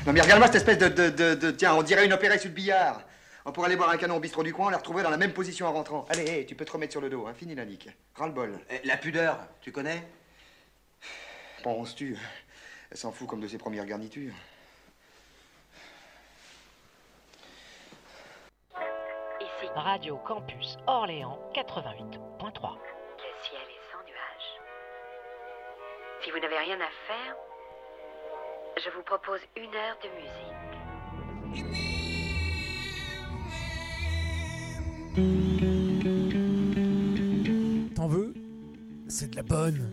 Non mais regarde-moi cette espèce de... Tiens, on dirait une opérette sur le billard. On pourrait aller boire un canon au bistrot du coin, on les retrouver dans la même position en rentrant. Allez, hey, tu peux te remettre sur le dos, hein. Fini la nique. Ras-le-bol. La pudeur, tu connais? Penses-tu? Elle s'en fout comme de ses premières garnitures. Ici Radio Campus Orléans 88.3. Le ciel est sans nuages. Si vous n'avez rien à faire, je vous propose 1 heure de musique. T'en veux? C'est de la bonne.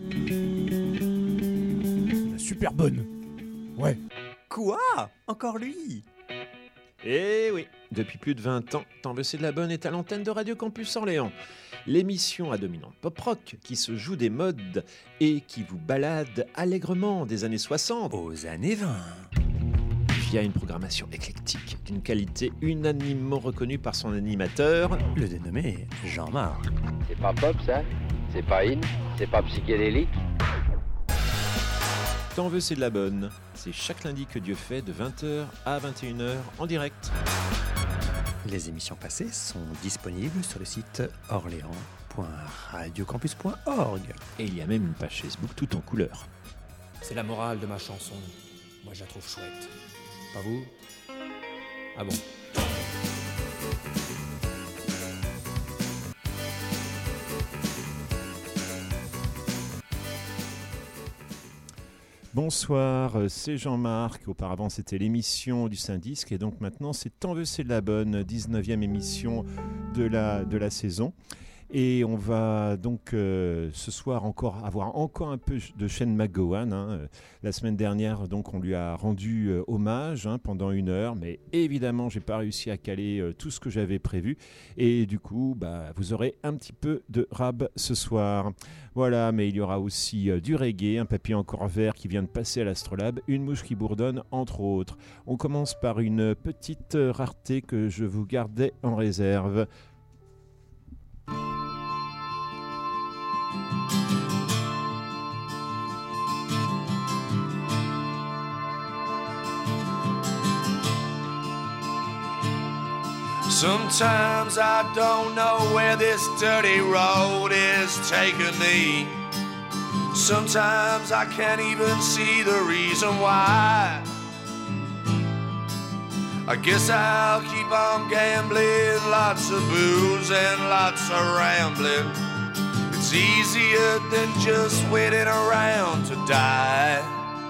La super bonne. Ouais. Quoi? Encore lui? Eh oui, depuis plus de 20 ans, T'en veux c'est de la bonne est à l'antenne de Radio Campus Orléans. L'émission à dominante pop-rock qui se joue des modes et qui vous balade allègrement des années 60 aux années 20. Via une programmation éclectique d'une qualité unanimement reconnue par son animateur, le dénommé Jean-Marc. C'est pas pop ça? C'est pas in? C'est pas psychédélique? T'en veux c'est de la bonne. C'est chaque lundi que Dieu fait de 20h à 21h en direct. Les émissions passées sont disponibles sur le site orléans.radiocampus.org. Et il y a même une page Facebook tout en couleur. C'est la morale de ma chanson. Moi je la trouve chouette. Pas vous? Ah bon? Bonsoir, c'est Jean-Marc. Auparavant, c'était l'émission du Saint-Disque. Et donc maintenant, c'est T'en veux, c'est de la bonne, 19e émission de la saison. Et on va donc ce soir avoir encore un peu de Shane MacGowan. Hein. La semaine dernière, donc, on lui a rendu hommage pendant 1 heure. Mais évidemment, je n'ai pas réussi à caler tout ce que j'avais prévu. Et du coup, vous aurez un petit peu de rap ce soir. Voilà, mais il y aura aussi du reggae, un papier encore vert qui vient de passer à l'Astrolabe, une mouche qui bourdonne, entre autres. On commence par une petite rareté que je vous gardais en réserve. Sometimes I don't know where this dirty road is taking me. Sometimes I can't even see the reason why. I guess I'll keep on gambling, lots of booze and lots of rambling. It's easier than just waiting around to die.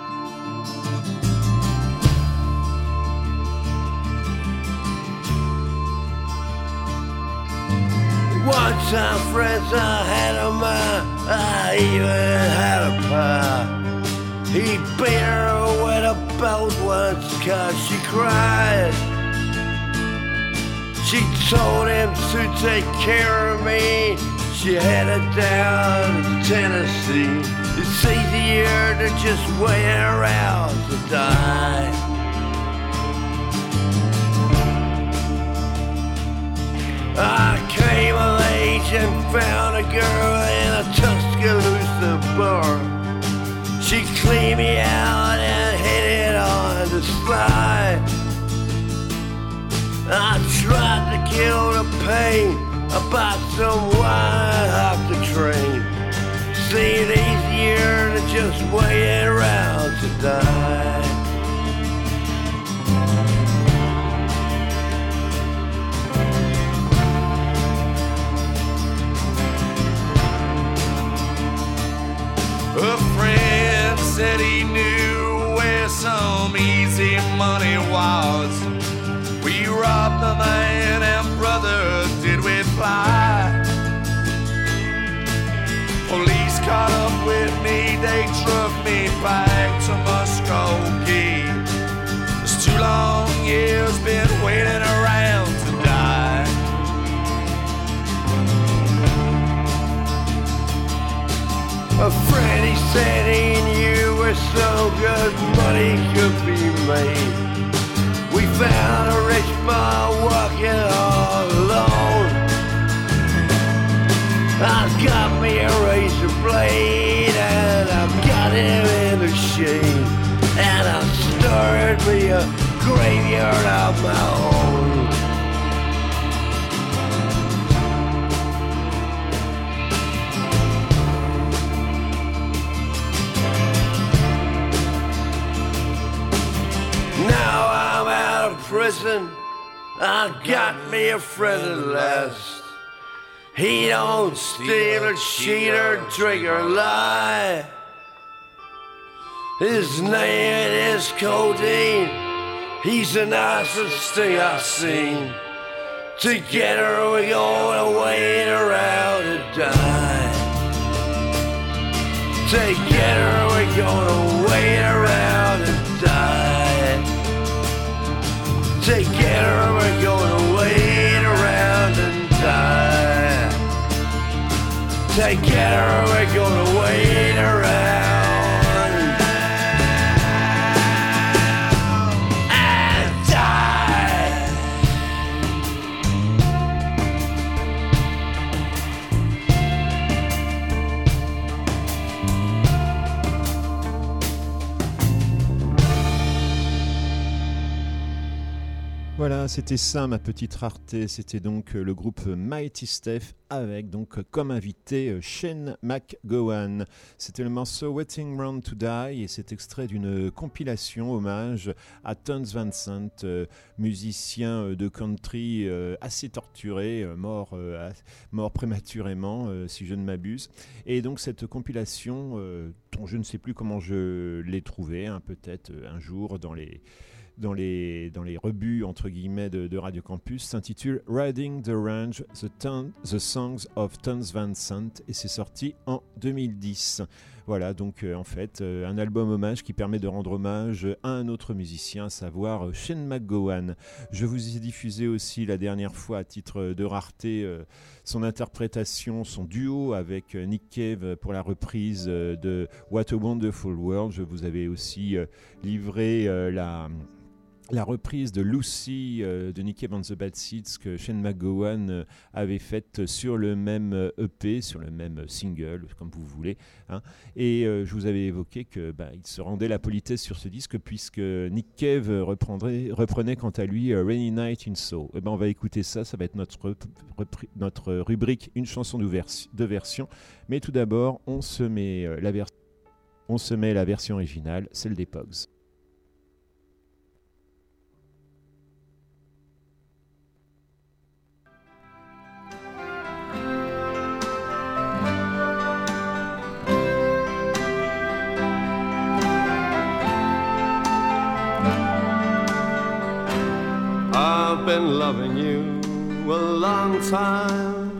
One time friends I had a man, I even had a pie. He beat her with a belt once cause she cried. She told him to take care of me. She headed down to Tennessee. It's easier than just waiting around to die. I came of age and found a girl in a Tuscaloosa bar. She cleaned me out and hit it on the slide. I tried to kill the pain. I bought some wine off the train. Seemed easier than just waiting around to die. A friend said he knew where some easy money was. We robbed the man and brother, did we fly? Police caught up with me, they drove me back to Muskogee. It's 2 long years been waiting around to die. A friend, he said he knew where so good money could be made. We found a rich man walking all alone. I've got me a razor blade and I've got him in the shade. And I started me a graveyard of my own. Now I'm out of prison, I got me a friend at last. He don't steal or cheat or drink or lie. His name is Codeine. He's the nicest thing I've seen. Together we're gonna wait around and die. Together we're gonna wait around and die. Together we're gonna wait around and die. Together we're gonna wait around. Voilà, c'était ça ma petite rareté, c'était donc le groupe Mighty Steph avec donc comme invité Shane McGowan. C'était le morceau Waiting Round to Die et c'est extrait d'une compilation hommage à Townes Van Sant, musicien de country assez torturé, mort prématurément si je ne m'abuse. Et donc cette compilation dont je ne sais plus comment je l'ai trouvée, hein, peut-être un jour dans les rebuts entre guillemets de Radio Campus, s'intitule Riding the Range, The Songs of Townes Van Sant et c'est sorti en 2010. Voilà, donc en fait un album hommage qui permet de rendre hommage à un autre musicien, à savoir Shane McGowan. Je vous ai diffusé aussi la dernière fois à titre de rareté son interprétation, son duo avec Nick Cave pour la reprise de What a Wonderful World. Je vous avais aussi livré la reprise de Lucy de Nick Cave and the Bad Seeds que Shane McGowan avait faite sur le même EP, sur le même single, comme vous voulez. Hein. Et je vous avais évoqué qu'il se rendait la politesse sur ce disque puisque Nick Cave reprenait quant à lui Rainy Night in Soul. Et on va écouter ça, ça va être notre rubrique Une chanson de version. Mais tout d'abord, on se met la version originale, celle des Pogs. I've been loving you a long time,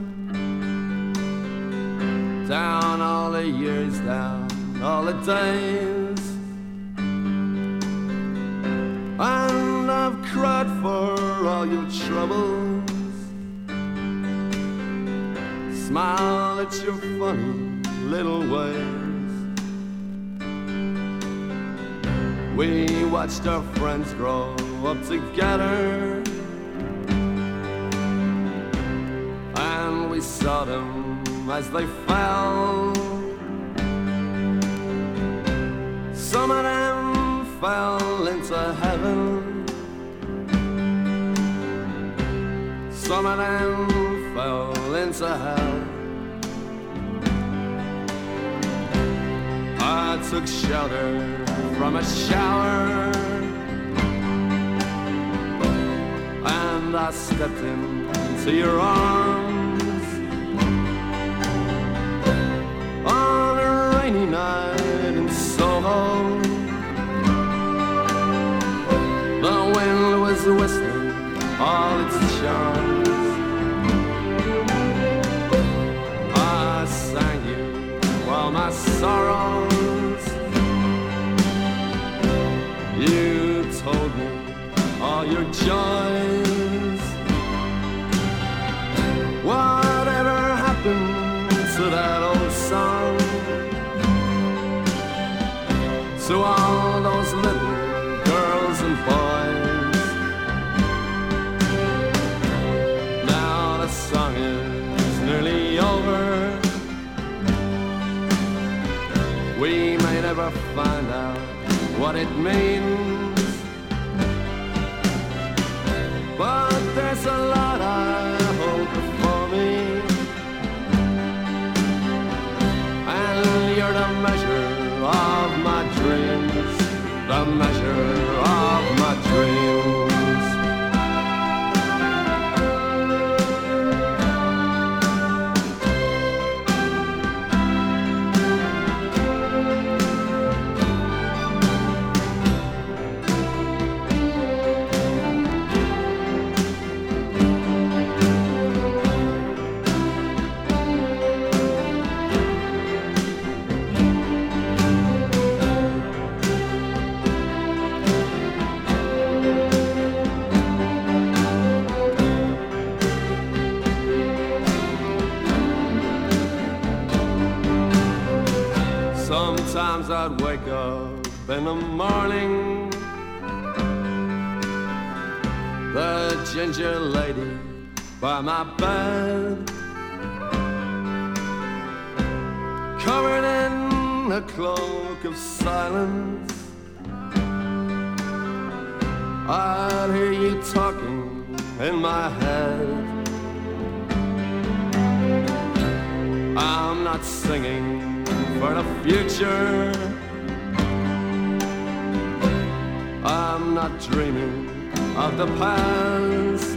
down all the years, down all the days, and I've cried for all your troubles, smiled at your funny little ways. We watched our friends grow up together, and we saw them as they fell. Some of them fell into heaven, some of them fell into hell. I took shelter from a shower, and I stepped into your arms on a rainy night in Soho. The wind was whistling all its charms. I sang you all my sorrows. You told me all your joys. Whatever happened to that old song? To all those little girls and boys. Now the song is nearly over. We may never find out what it means. but there's a lot I hope for me. And you're the measure of my dreams, the measure of my dreams. Sometimes I'd wake up in the morning, the ginger lady by my bed, covered in a cloak of silence. I'd hear you talking in my head. I'm not singing for the future, I'm not dreaming of the past,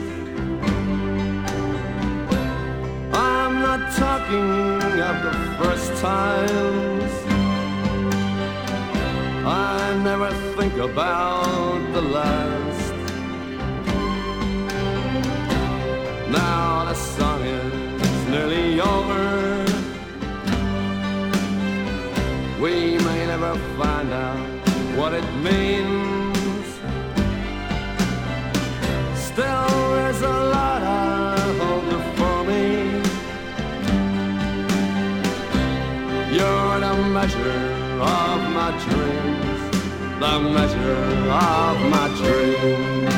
I'm not talking of the first times, I never think about the last. Now the song is nearly over, we may never find out what it means. Still, there's a lot I hold for me. You're the measure of my dreams, the measure of my dreams.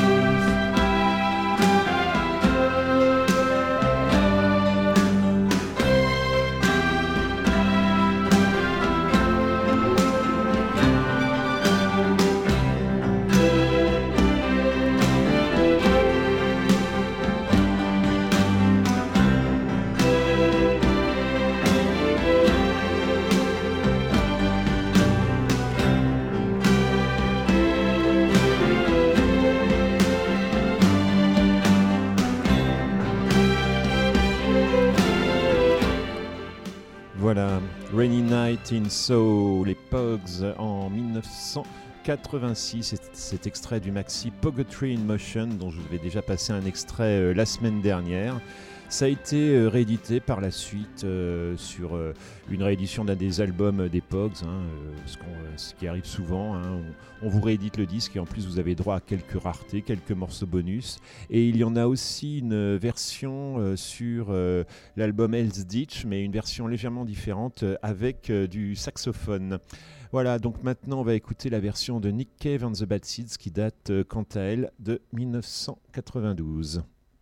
Voilà, Rainy Night in Soul, les Pogues en 1986, cet extrait du maxi Poetry in Motion dont je vous avais déjà passé un extrait la semaine dernière. Ça a été réédité par la suite sur une réédition d'un des albums des Pogues, ce qui arrive souvent. On vous réédite le disque et en plus vous avez droit à quelques raretés, quelques morceaux bonus. Et il y en a aussi une version sur l'album Hell's Ditch, mais une version légèrement différente avec du saxophone. Voilà, donc maintenant on va écouter la version de Nick Cave and the Bad Seeds qui date quant à elle de 1992.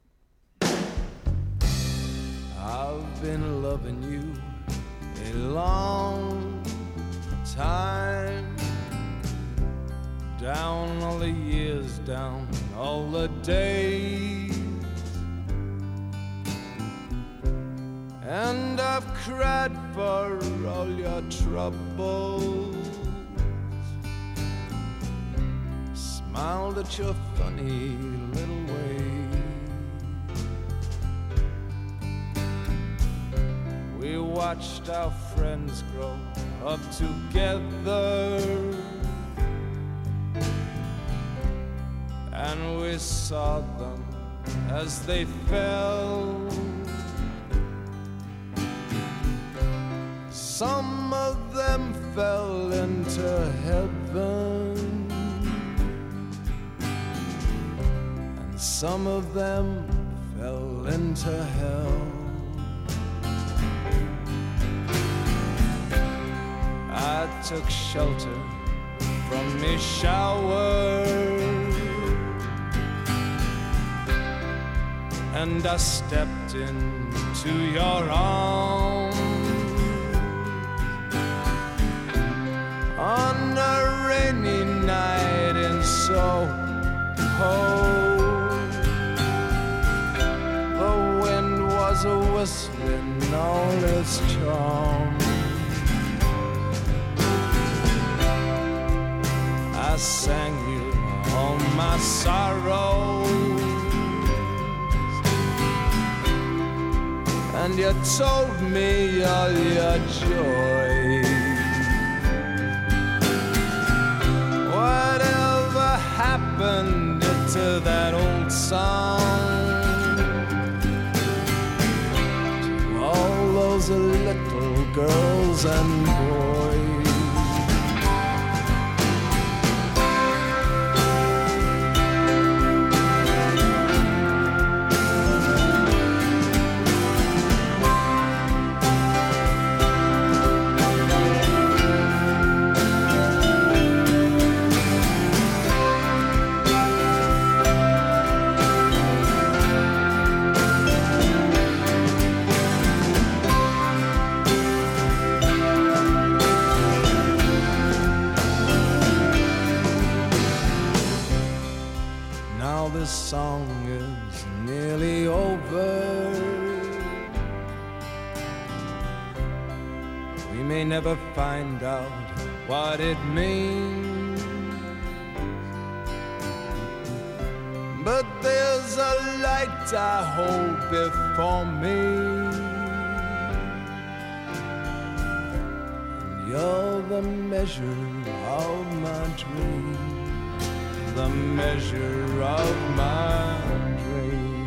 I've been loving you a long time, down all the years, down all the days, and I've cried for all your troubles, smiled at your funny little ways. We watched our friends grow up together, and we saw them as they fell. Some of them fell into heaven, and some of them fell into hell. I took shelter from me shower, and I stepped into your arms on a rainy night in Soho. all its charm. I sang you all my sorrows, and you told me all your joy. Whatever happened to that old song? To all those little girls and boys. This song is nearly over. We may never find out what it means, but there's a light I hold before me, and you're the measure of my dream, the measure of my dreams.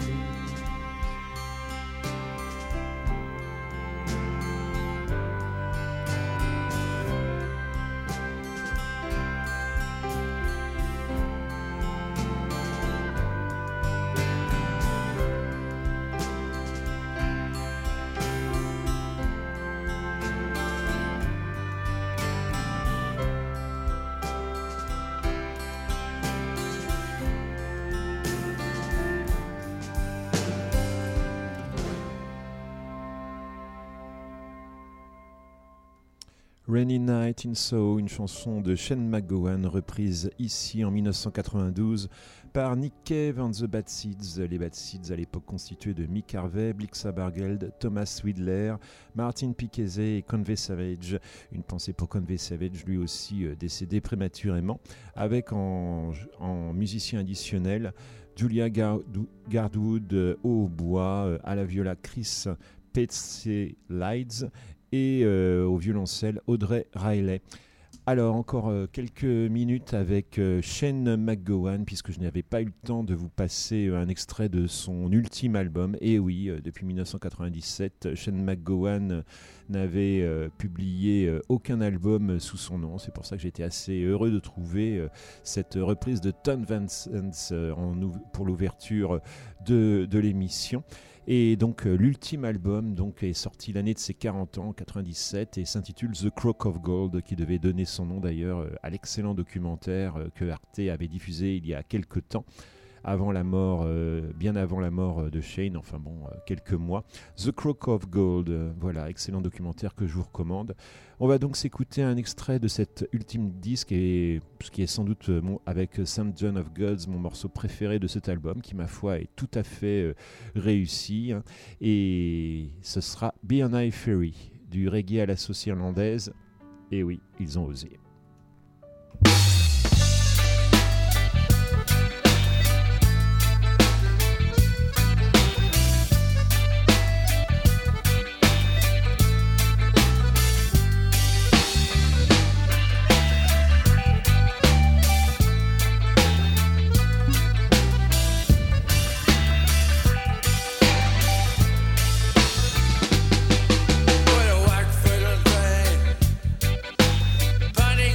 Rainy Night in Soho, une chanson de Shane MacGowan, reprise ici en 1992 par Nick Cave and the Bad Seeds. Les Bad Seeds à l'époque constitués de Mick Harvey, Blixa Bargeld, Thomas Widler, Martin Piqueze et Conway Savage. Une pensée pour Conway Savage, lui aussi décédé prématurément, avec en musicien additionnel Julia Gardwood au hautbois, à la viola Chris Petze-Lides et au violoncelle Audrey Riley. Alors encore quelques minutes avec Shane MacGowan, puisque je n'avais pas eu le temps de vous passer un extrait de son ultime album. Et oui, depuis 1997, Shane MacGowan n'avait publié aucun album sous son nom. C'est pour ça que j'étais assez heureux de trouver cette reprise de Tom Vincent pour l'ouverture de l'émission. Et donc l'ultime album est sorti l'année de ses 40 ans, en 97, et s'intitule The Crock of Gold, qui devait donner son nom d'ailleurs à l'excellent documentaire que Arte avait diffusé il y a quelques temps, avant la mort, bien avant la mort de Shane, enfin bon, quelques mois. The Crock of Gold, voilà, excellent documentaire que je vous recommande. On va donc s'écouter un extrait de cet ultime disque, et ce qui est sans doute avec St. John of Gods, mon morceau préféré de cet album, qui ma foi est tout à fait réussi, hein, et ce sera Be an Eye Ferry, du reggae à la sauce irlandaise, et oui, ils ont osé. Funny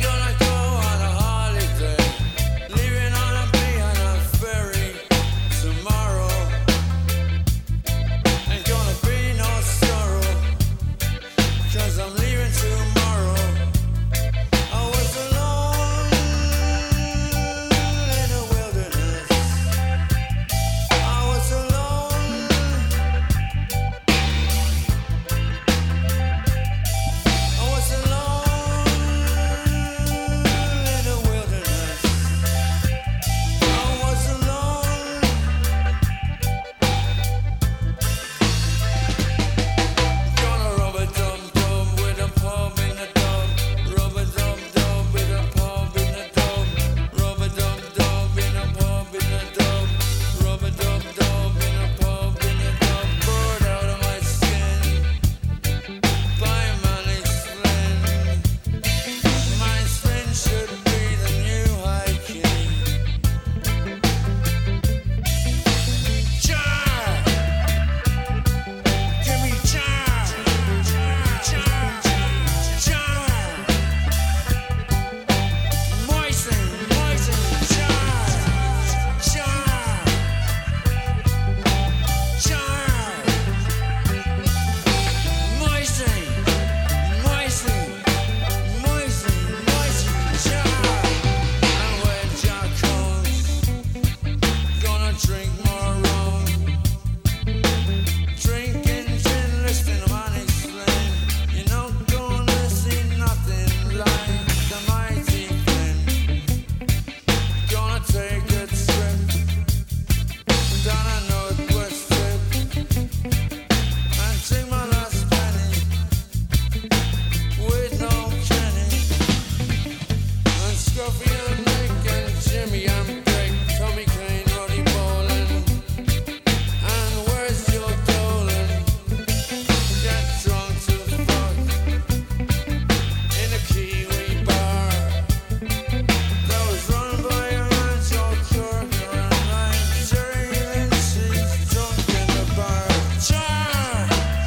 Scruffy and Nick and Jimmy and Dick, Tommy Kane, Roddy Bowling, and where's your Dolan? Get drunk to fuck in a Kiwi bar. That was run by a man, Joe Corker, and I'm Jerry Lindsay's drunk in the bar. Jar!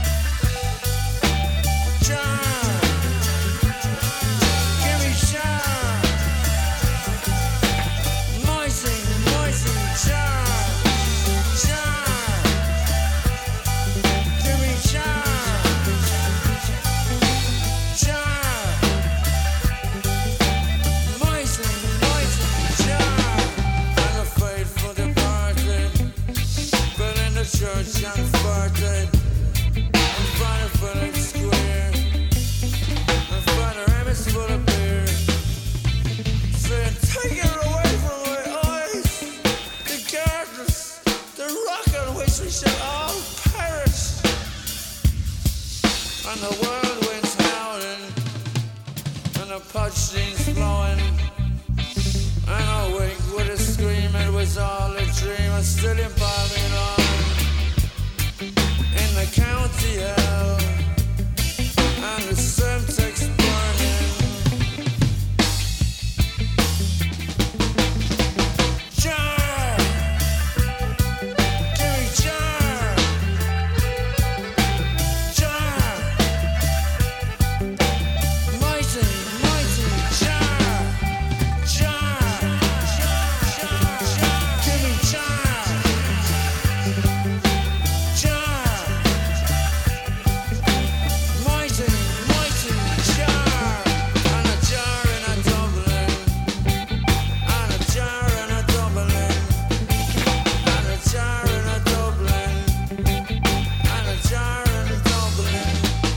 Jar! Give me jar! Moisey, jar! Jar! Give me jar! Jar! Moisey, jar! And a faithful departed, but in the church I'm farted. I'm finding Philip Square. My father Emmett full of beer. Saying, take it away from my eyes. The gardens, the rock on which we shall all perish. And the whirlwind's howling, and the pudding's flowing. And I wake with a scream, it was all a dream. I'm still in Babylon, in the county hell, and the Semtex burning. Jar! Give me jar! Jar! Mighty, jar! Jar! Give me jar! Jar! Mighty, jar! And a jar and a Dublin. And a jar and a Dublin. And a jar and a Dublin. And a jar and a Dublin.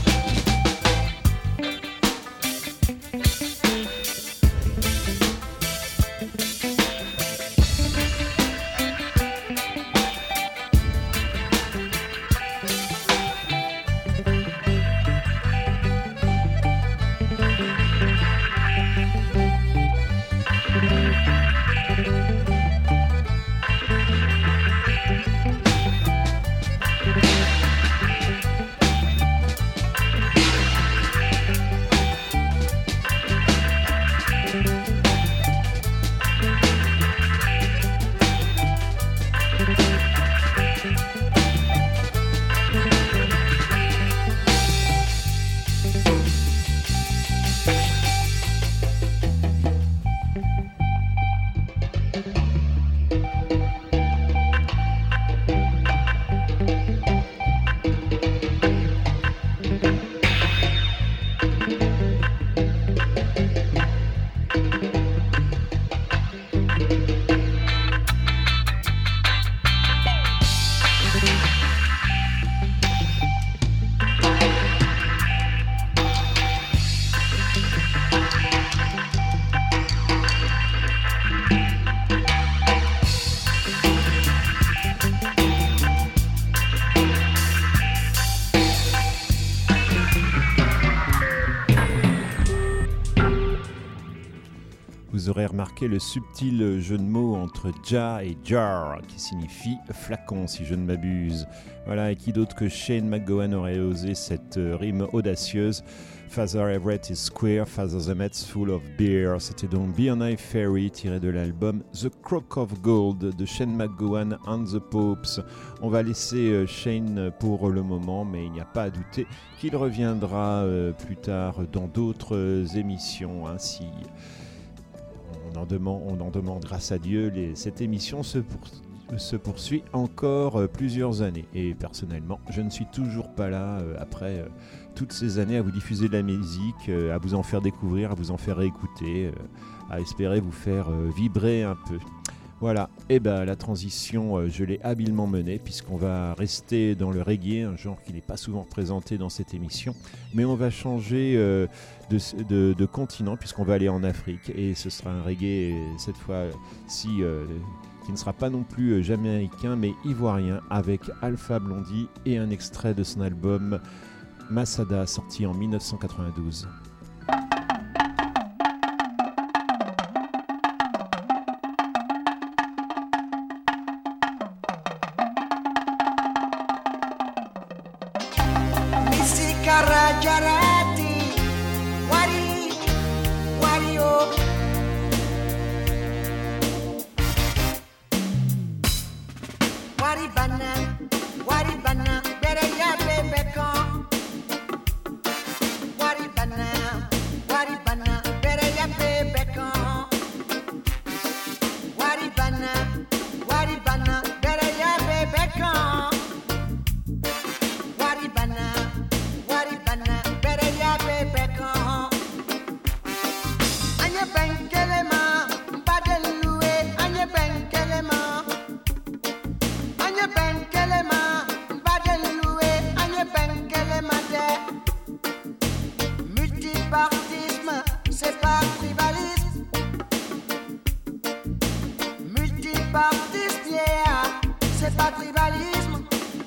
Vous aurez remarqué le subtil jeu de mots entre ja et jar, qui signifie flacon, si je ne m'abuse. Voilà, et qui d'autre que Shane McGowan aurait osé cette rime audacieuse. Father Everett is square, Father the Met's full of beer. C'était donc Be on I Ferry, tiré de l'album The Crock of Gold de Shane McGowan and the Popes. On va laisser Shane pour le moment, mais il n'y a pas à douter qu'il reviendra plus tard dans d'autres émissions. Si on en demande grâce à Dieu, cette émission se poursuit encore plusieurs années. Et personnellement, je ne suis toujours pas là après toutes ces années à vous diffuser de la musique, à vous en faire découvrir, à vous en faire réécouter, à espérer vous faire vibrer un peu. Voilà, et la transition, je l'ai habilement menée, puisqu'on va rester dans le reggae, un genre qui n'est pas souvent présenté dans cette émission, mais on va changer de continent, puisqu'on va aller en Afrique, et ce sera un reggae, cette fois-ci, qui ne sera pas non plus jamaïcain, mais ivoirien, avec Alpha Blondy, et un extrait de son album Masada, sorti en 1992. Jarati, Wari, Wario. Wari bana, bere ya bebe kon. Wari bana, bere ya bebe kon. Wari bana, bere ya bebe kon. Wari bana, bere ya bebe kon. Anye benkelema, mbadeluwe, anye benkelema. Anye benkelema, mbadeluwe, anye benkelema de. Multipartisme, c'est pas tribalisme. Multipartisme, yeah, c'est pas tribalisme.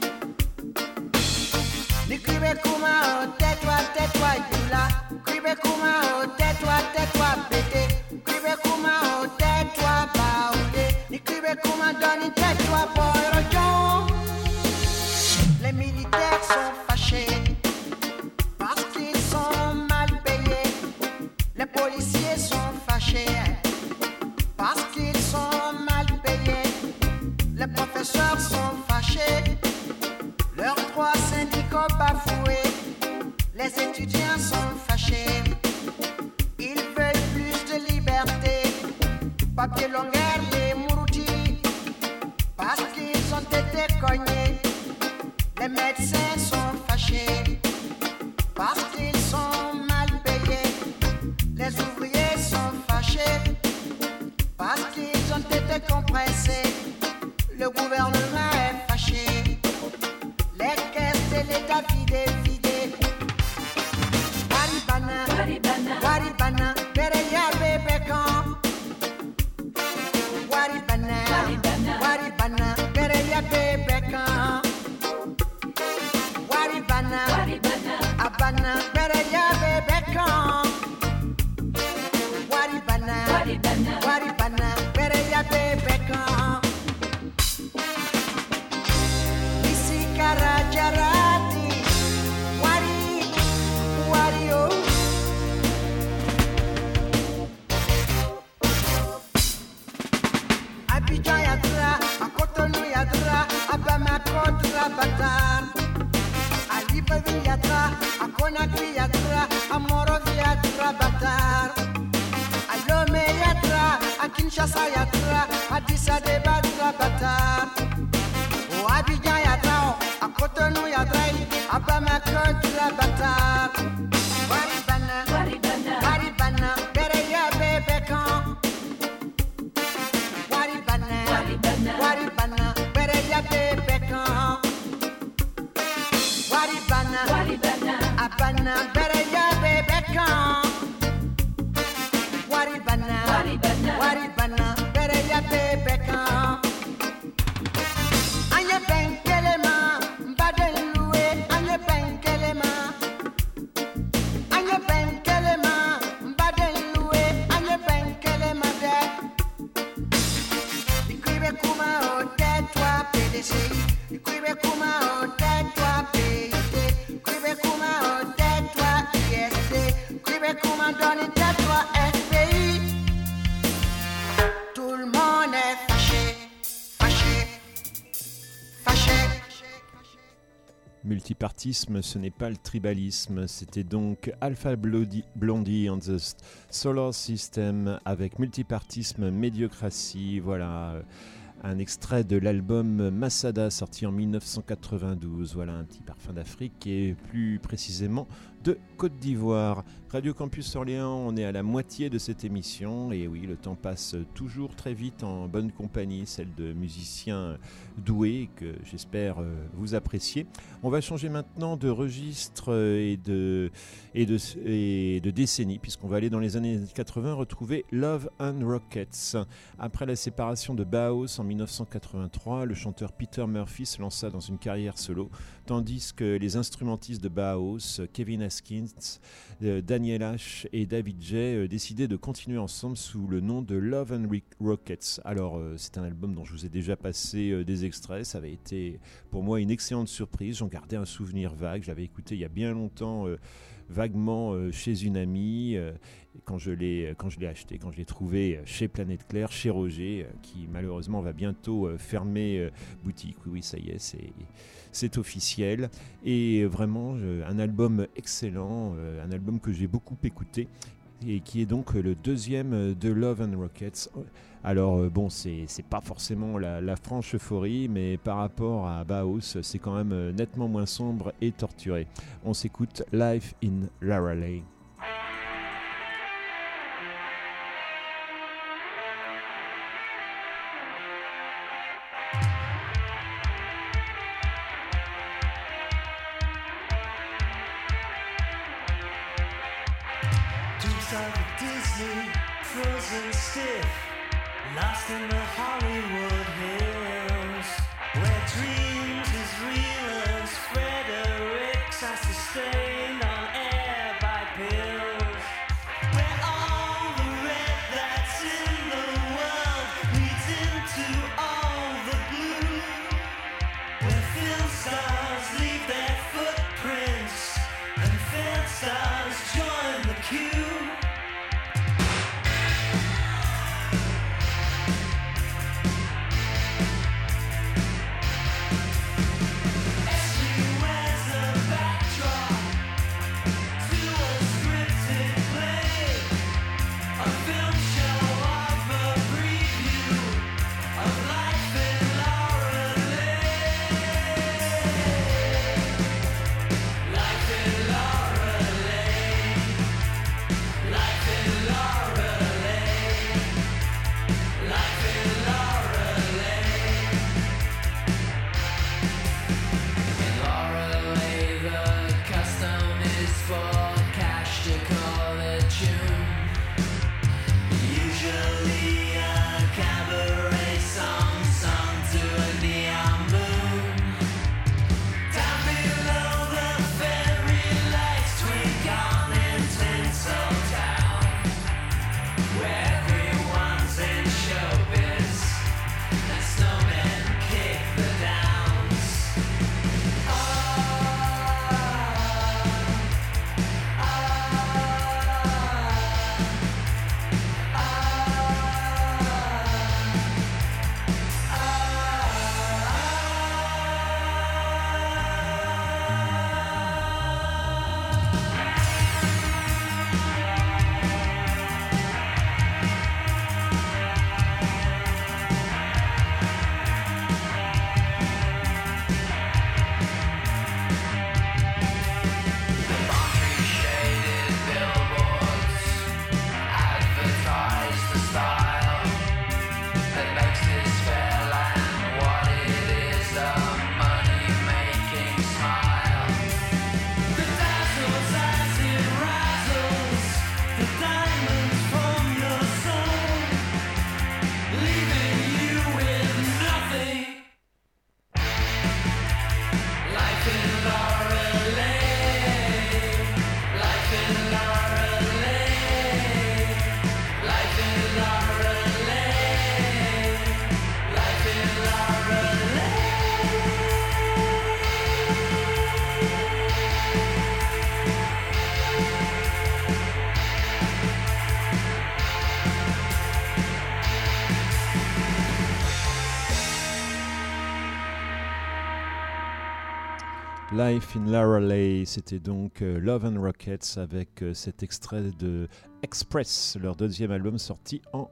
Ni kribe kuma o tais-toi, Yula. Kribe kuma o tais-toi, pété. Kribe kuma o tais-toi, baoudé. Ni kribe kuma donne, tais-toi, boy, rojon. Les militaires sont fâchés parce qu'ils sont mal payés. Les policiers sont fâchés parce qu'ils sont mal payés. Les professeurs sont fâchés, leurs droits syndicaux bafoués. Les étudiants sont fâchés, ils veulent plus de liberté. Papier longueur, les mouroutis, parce qu'ils ont été cognés. Les médecins sont fâchés, parce qu'ils sont mal payés. Les ouvriers sont fâchés, parce qu'ils ont été compressés. Le gouvernement est fâché, les caisses de l'État vidées. Waribana, bere ya bebe kon. Waribana, bere ya bebe kon. Waribana, abana, bere ya bebe kon. Waribana, bere ya bebe kon. Isi karajarati, Wario. Abidjan yadra, a Cotonou yadra, a Bamako dra batar. A Libreville yadra, a Conakry yadra, a Monrovie yadra batar. A Lomé yadra, a Kinshasa yadra, a Addis Abeba dra batar. O Abidjan yadra, a Cotonou yadra, a Bamako dra batar. Waribana, bere ya bebe kon. Waribana, bere ya bebe kon. Waribana, abana, bere ya bebe kon. Waribana, bere ya bebe kon. Anye benkelema, mbadeluwe, anye benkelema. Anye benkelema, mbadeluwe, anye benkelema de. Ikribe kuma o tais-toi, PDCI. Ikribe kuma o tais-toi, PIT. Ikribe kuma o tais-toi, IST. Ikribe kuma donne tais-toi, FPI. Tout le monde est fâché. Multipartisme, ce n'est pas le tribalisme. C'était donc Alpha Blondie on the Solar System avec Multipartisme, Médiocratie. Voilà, un extrait de l'album Masada sorti en 1992. Voilà, un petit parfum d'Afrique et plus précisément de Côte d'Ivoire. Radio Campus Orléans, on est à la moitié de cette émission et oui, le temps passe toujours très vite en bonne compagnie, celle de musiciens doués que j'espère vous appréciez. On va changer maintenant de registre et de décennie puisqu'on va aller dans les années 80 retrouver Love and Rockets. Après la séparation de Baos en 1983, le chanteur Peter Murphy se lança dans une carrière solo, tandis que les instrumentistes de Bauhaus, Kevin Haskins, Daniel Ash et David J. décidaient de continuer ensemble sous le nom de Love and Rockets. Alors, c'est un album dont je vous ai déjà passé des extraits, ça avait été pour moi une excellente surprise, j'en gardais un souvenir vague, je l'avais écouté il y a bien longtemps, vaguement chez une amie, quand je l'ai acheté, quand je l'ai trouvé chez Planète Claire, chez Roger, qui malheureusement va bientôt fermer boutique. Oui, ça y est, c'est officiel. Et vraiment, un album excellent, un album que j'ai beaucoup écouté, et qui est donc le deuxième de Love and Rockets. Alors bon, c'est pas forcément la franche euphorie, mais par rapport à Bauhaus, c'est quand même nettement moins sombre et torturé. On s'écoute Life in Lara Lane. Disney, frozen stiff, lost in the Hollywood hills, where dreams as real as Fredericks are sustained on air by pills, where all the red that's in the world leads into all the blue, where film stars leave their footprints and fan stars join the queue. Life in Lara Lane, c'était donc Love and Rockets avec cet extrait de Express, leur deuxième album sorti en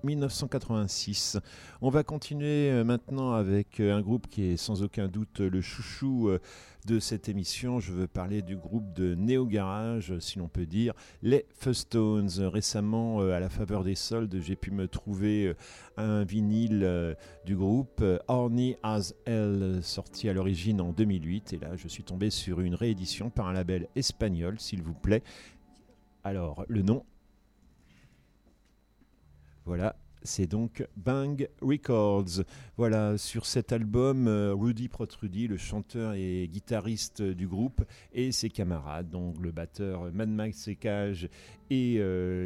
1986. On va continuer maintenant avec un groupe qui est sans aucun doute le chouchou de cette émission. Je veux parler du groupe de Néo Garage, si l'on peut dire, les Fuzz-Tones. Récemment, à la faveur des soldes, j'ai pu me trouver un vinyle du groupe Horny as Hell, sorti à l'origine en 2008. Et là, je suis tombé sur une réédition par un label espagnol, s'il vous plaît. Alors, le nom... Voilà, c'est donc Bang Records. Voilà, sur cet album, Rudy Protrudy, le chanteur et guitariste du groupe, et ses camarades, donc le batteur Mad Max Secage et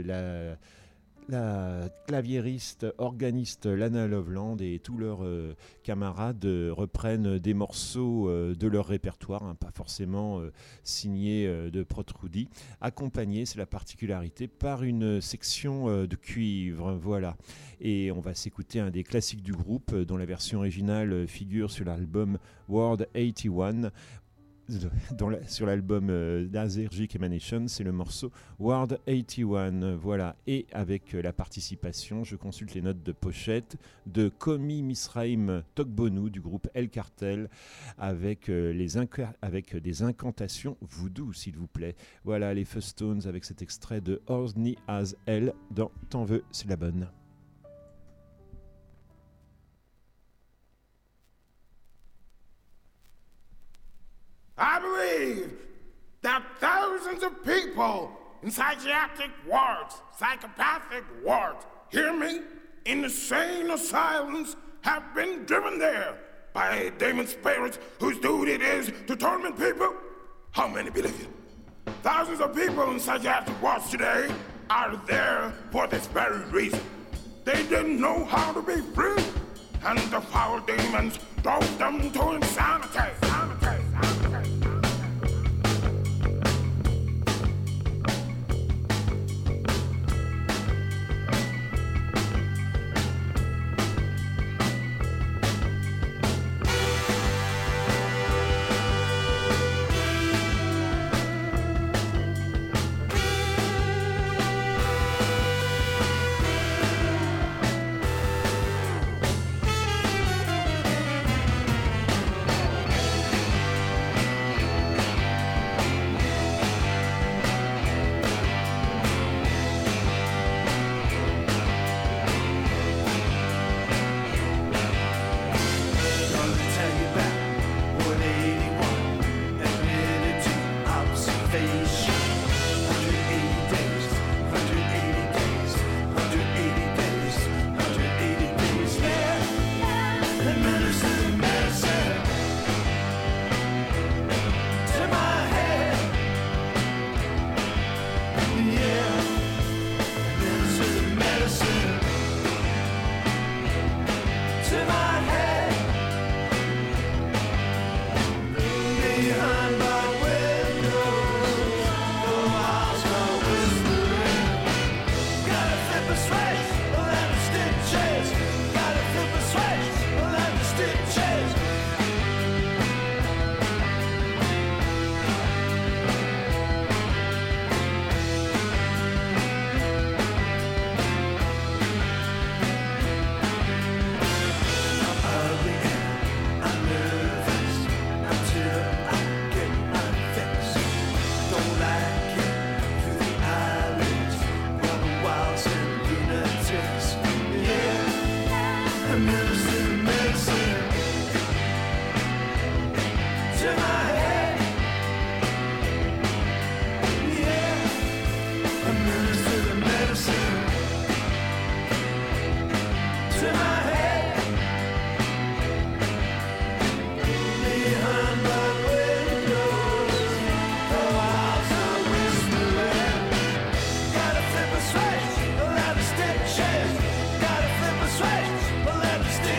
la claviériste, organiste Lana Loveland et tous leurs camarades reprennent des morceaux de leur répertoire, pas forcément signés de Protrudy, accompagnés, c'est la particularité, par une section de cuivre. Voilà. Et on va s'écouter un des classiques du groupe, dont la version originale figure sur l'album World 81. Sur l'album d'Azergic Emanation, c'est le morceau World 81, voilà, et avec la participation, je consulte les notes de pochette, de Komi Misraim Tokbonu du groupe El Cartel, avec des incantations voodoo, s'il vous plaît. Voilà les Fustones avec cet extrait de Orzni Az El dans T'en veux, c'est la bonne. I believe that thousands of people in psychiatric wards, psychopathic wards, hear me, insane asylums have been driven there by demon spirits whose duty it is to torment people. How many believe it? Thousands of people in psychiatric wards today are there for this very reason. They didn't know how to be free, and the foul demons drove them to insanity. Switch, we'll have to stick chairs. Gotta flip a switch, we'll have to stick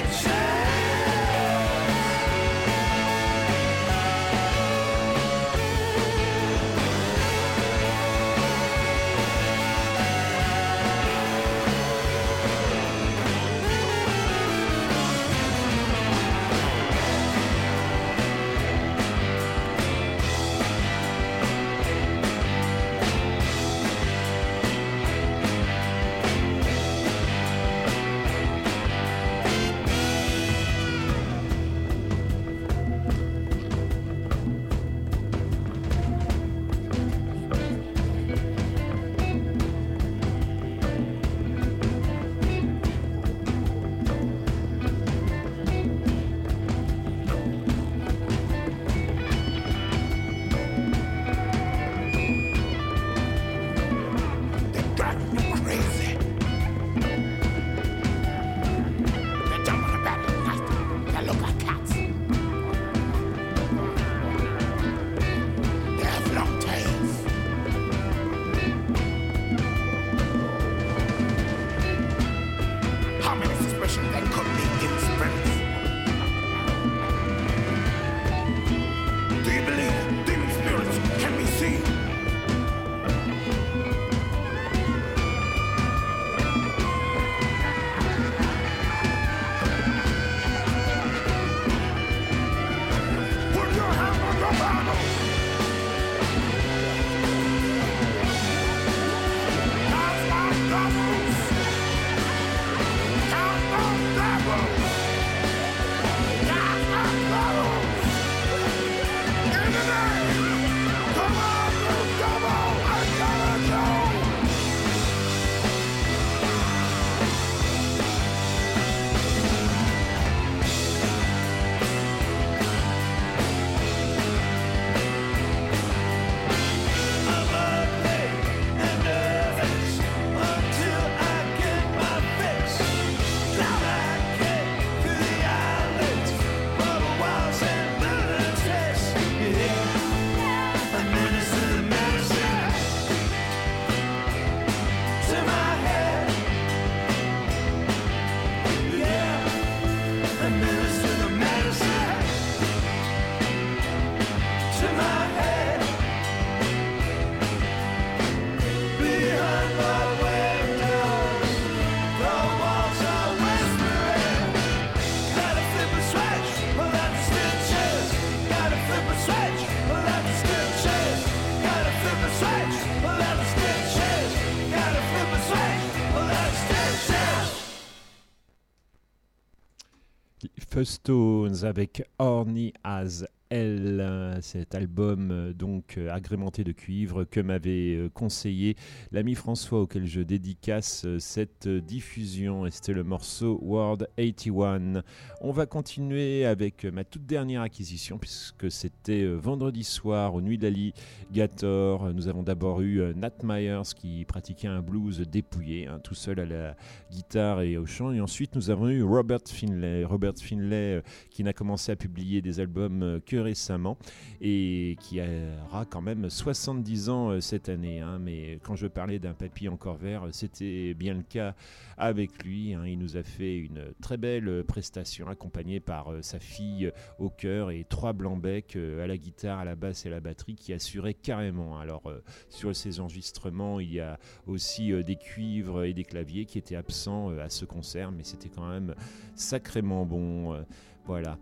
Stones avec Horny as Hell, cet album donc agrémenté de cuivre que m'avait conseillé l'ami François, auquel je dédicace cette diffusion, et c'était le morceau World 81. On va continuer avec ma toute dernière acquisition, puisque c'était vendredi soir au Nuit d'Alligator. Nous avons d'abord eu Nat Myers qui pratiquait un blues dépouillé, tout seul à la guitare et au chant, et ensuite nous avons eu Robert Finlay qui n'a commencé à publier des albums que récemment et qui aura quand même 70 ans cette année, mais quand je parlais d'un papy encore vert, c'était bien le cas avec lui. Il nous a fait une très belle prestation accompagné par sa fille au chœur et 3 blancs-becs à la guitare, à la basse et à la batterie qui assuraient carrément. Alors sur ces enregistrements, il y a aussi des cuivres et des claviers qui étaient absents à ce concert, mais c'était quand même sacrément bon. Voilà.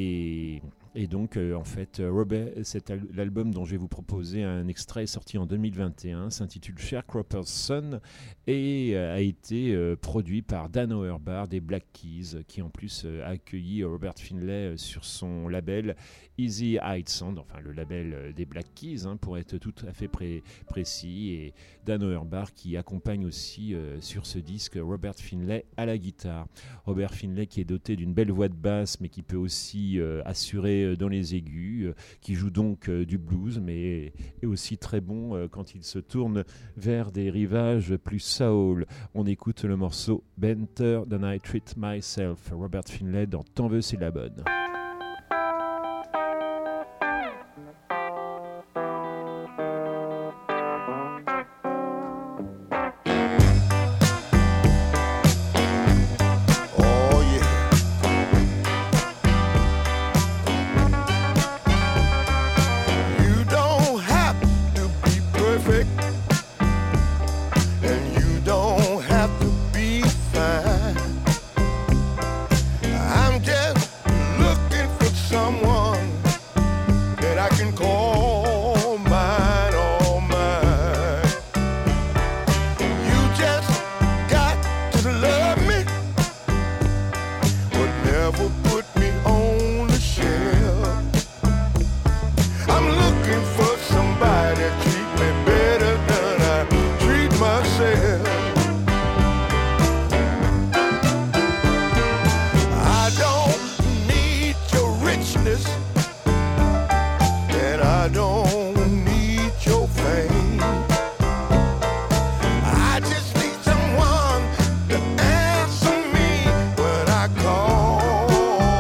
Et donc, en fait, l'album dont je vais vous proposer un extrait est sorti en 2021, s'intitule Sharecropper's Son et a été produit par Dan Auerbach des Black Keys, qui en plus a accueilli Robert Finlay sur son label Easy Hide Sound, enfin le label des Black Keys, pour être tout à fait précis, et Dan Auerbach qui accompagne aussi sur ce disque Robert Finlay à la guitare. Robert Finlay qui est doté d'une belle voix de basse, mais qui peut aussi assurer dans les aigus, qui joue donc du blues, mais est aussi très bon quand il se tourne vers des rivages plus soul. On écoute le morceau Better Than I Treat Myself, Robert Finlay dans T'en veux c'est la bonne. Call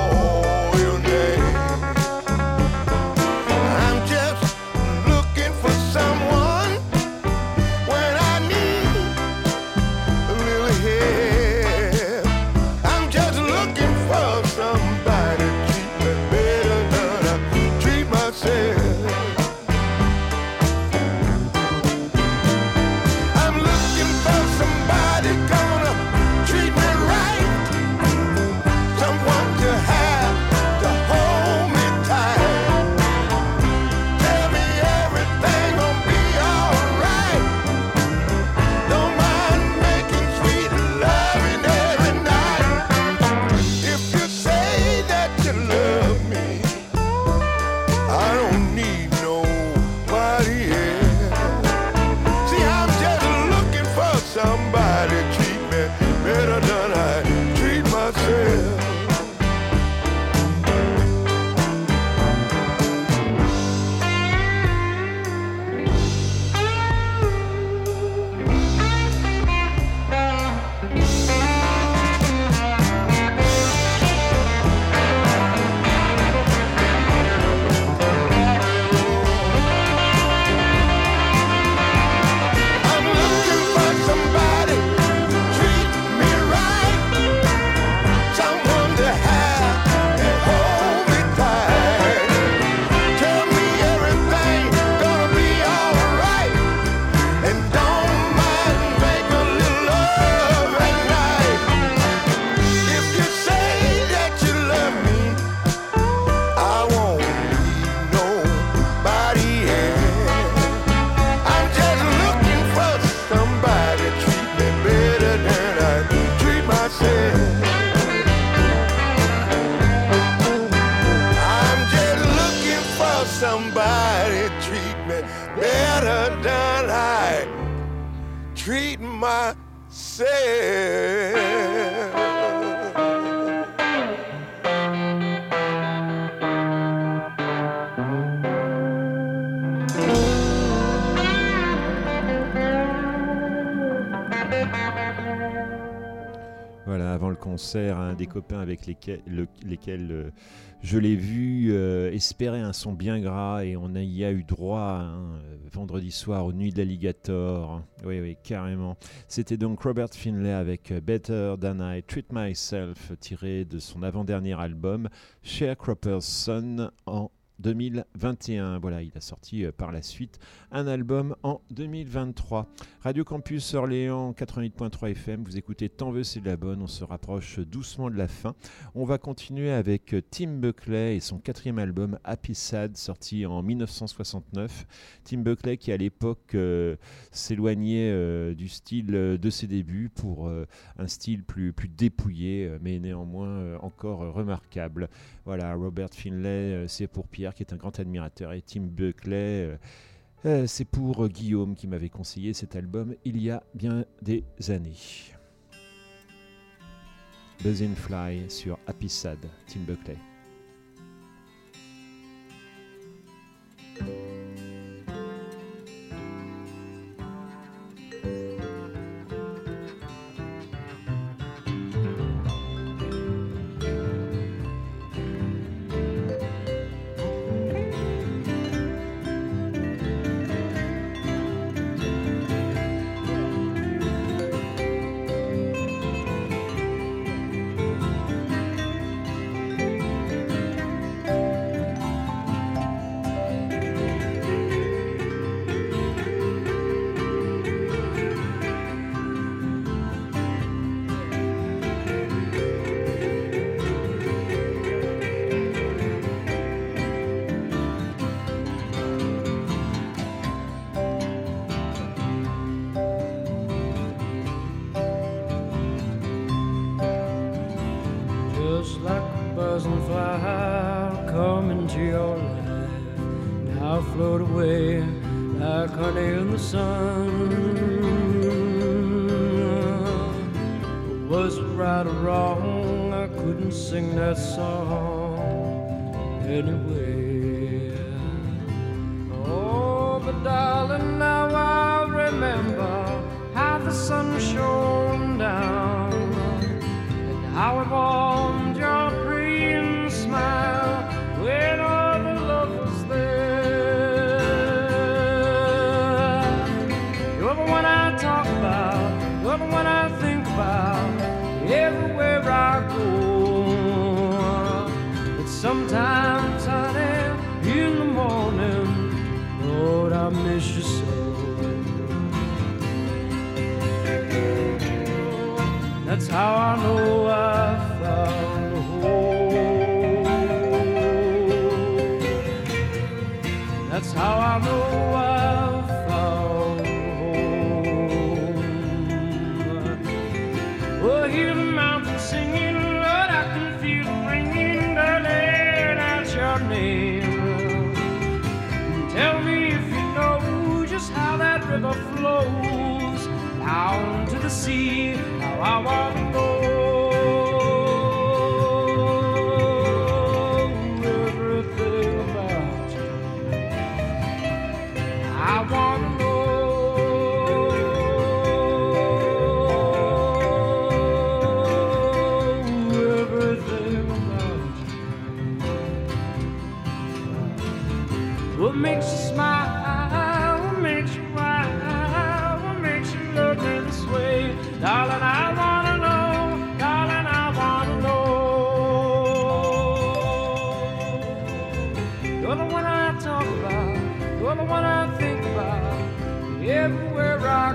treat myself. Voilà, avant le concert, un des copains avec lesquels je l'ai vu espérait un son bien gras et on y a eu droit vendredi soir aux Nuits de l'Alligator. Oui, carrément. C'était donc Robert Finlay avec Better Than I Treat Myself, tiré de son avant-dernier album Sharecropper's Son en 2021. Voilà, il a sorti par la suite un album en 2023. Radio Campus Orléans 88.3 FM, vous écoutez Tant veut c'est de la bonne, on se rapproche doucement de la fin. On va continuer avec Tim Buckley et son 4e album Happy Sad, sorti en 1969. Tim Buckley qui à l'époque s'éloignait du style de ses débuts pour un style plus dépouillé, mais néanmoins encore remarquable. Voilà, Robert Finlay, c'est pour Pierre qui est un grand admirateur, et Tim Buckley, c'est pour Guillaume qui m'avait conseillé cet album il y a bien des années. Buzzin' Fly sur Happy Sad, Tim Buckley. Sometimes, honey, in the morning, Lord, I miss you so. That's how I know I found a home. That's how I know I found a home. Oh, hear the mountains singing, Lord, I can feel them ringing, darling, that's your name. Tell me if you know just how that river flows down to the sea. How I want to know everything about you. I want to know everything about you. What makes you smile? What makes you cry? What makes you look this way? Darling, I wanna know, darling, I wanna know. You're the one I talk about, you're the one I think about, everywhere I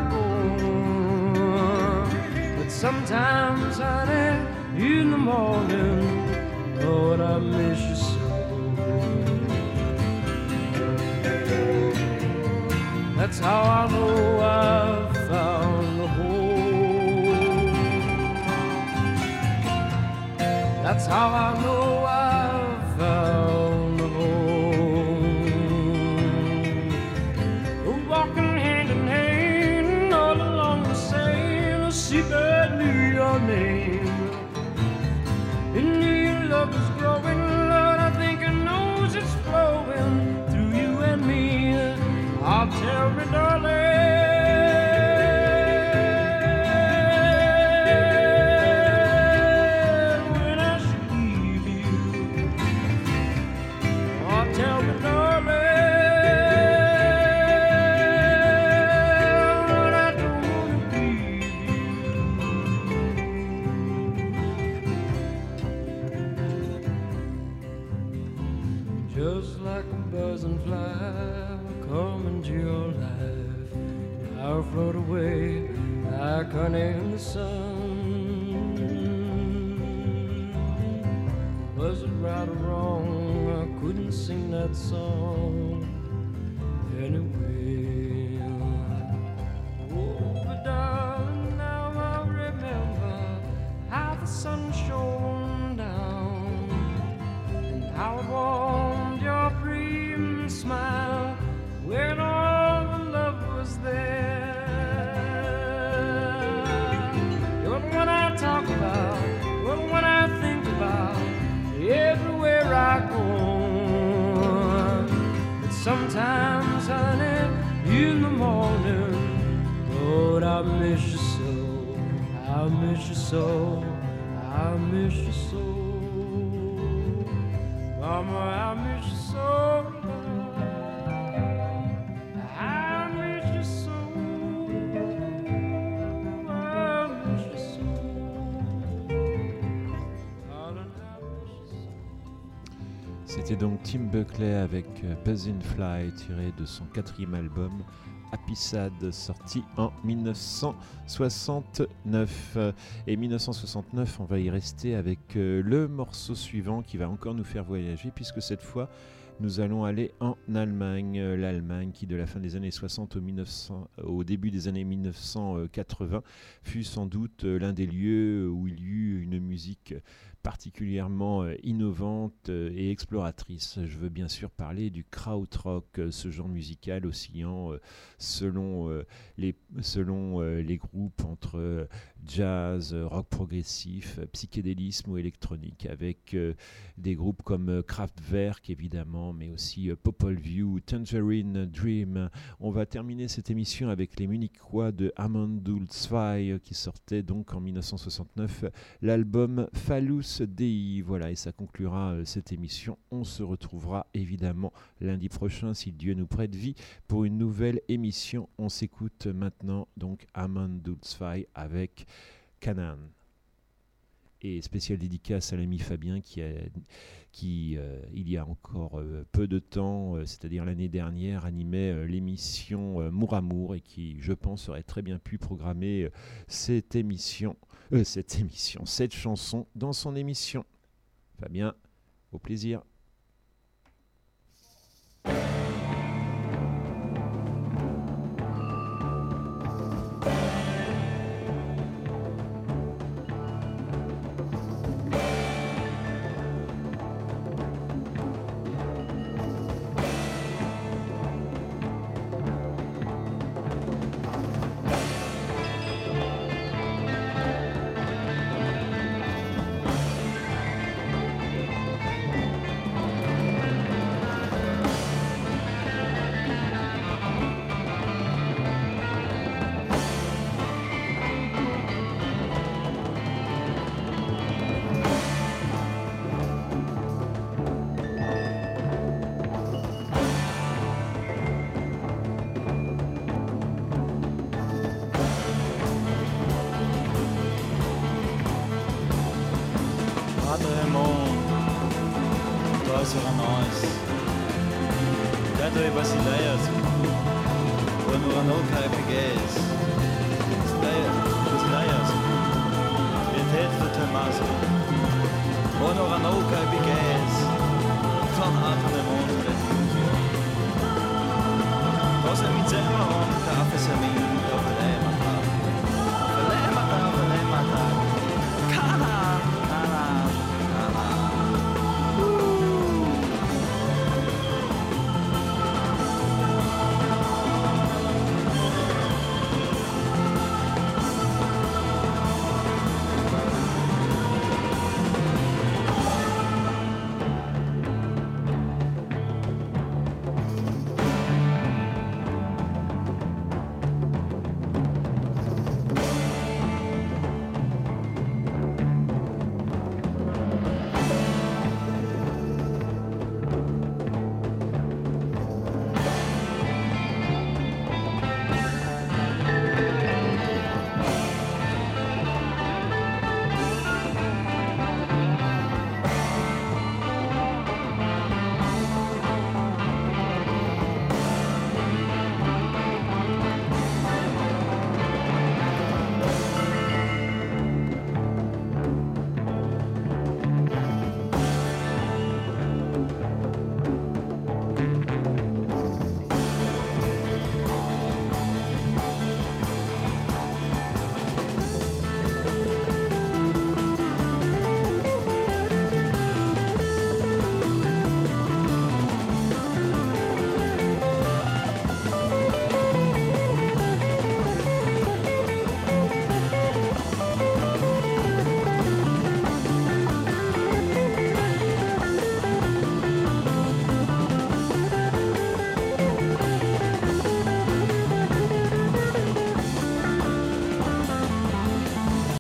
go. But sometimes, honey, in the morning, Lord, I miss you so. That's how I know I've found the home. That's how I know I've found the home. Walking hand in hand all along just like a buzzing fly, come into your life. I'll float away like honey in the sun. Was it right or wrong? I couldn't sing that song anyway. Oh, but darling, now I remember how the sun shone down and how it warmed your pretty smile when all the love was there. You're the one I talk about, you're the one I think about everywhere I go. But sometimes, honey, in the morning, Lord, I miss you so, I miss you so, I miss you so. Mama, I miss you so. I miss you so. I miss you so. C'était donc Tim Buckley avec Buzzin' Fly, tiré de son 4e album Happy Sad, sorti en 1969. Et 1969, on va y rester avec le morceau suivant qui va encore nous faire voyager, puisque cette fois nous allons aller en Allemagne. L'Allemagne qui, de la fin des années 60 au début des années 1980, fut sans doute l'un des lieux où il y eut une musique particulièrement innovante et exploratrice. Je veux bien sûr parler du krautrock, ce genre musical oscillant selon les groupes entre jazz, rock progressif, psychédélisme ou électronique, avec des groupes comme Kraftwerk évidemment, mais aussi Popol Vuh, Tangerine Dream. On va terminer cette émission avec les Munichois de Amandul 2 qui sortaient donc en 1969 l'album Phallus Dei. Voilà, et ça conclura cette émission. On se retrouvera évidemment lundi prochain si Dieu nous prête vie pour une nouvelle émission. On s'écoute maintenant donc Amandul 2 avec Canaan. Et spéciale dédicace à l'ami Fabien qui il y a encore peu de temps, c'est-à-dire l'année dernière, animait l'émission Mour et qui, je pense, aurait très bien pu programmer cette chanson dans son émission. Fabien, au plaisir. Será nós. Dado e Basileias, quando a noca é pegues, Basileias, e teto Tommaso, quando a noca é pegues, tan atme monte. Cosa mi zema on, ta afesamin.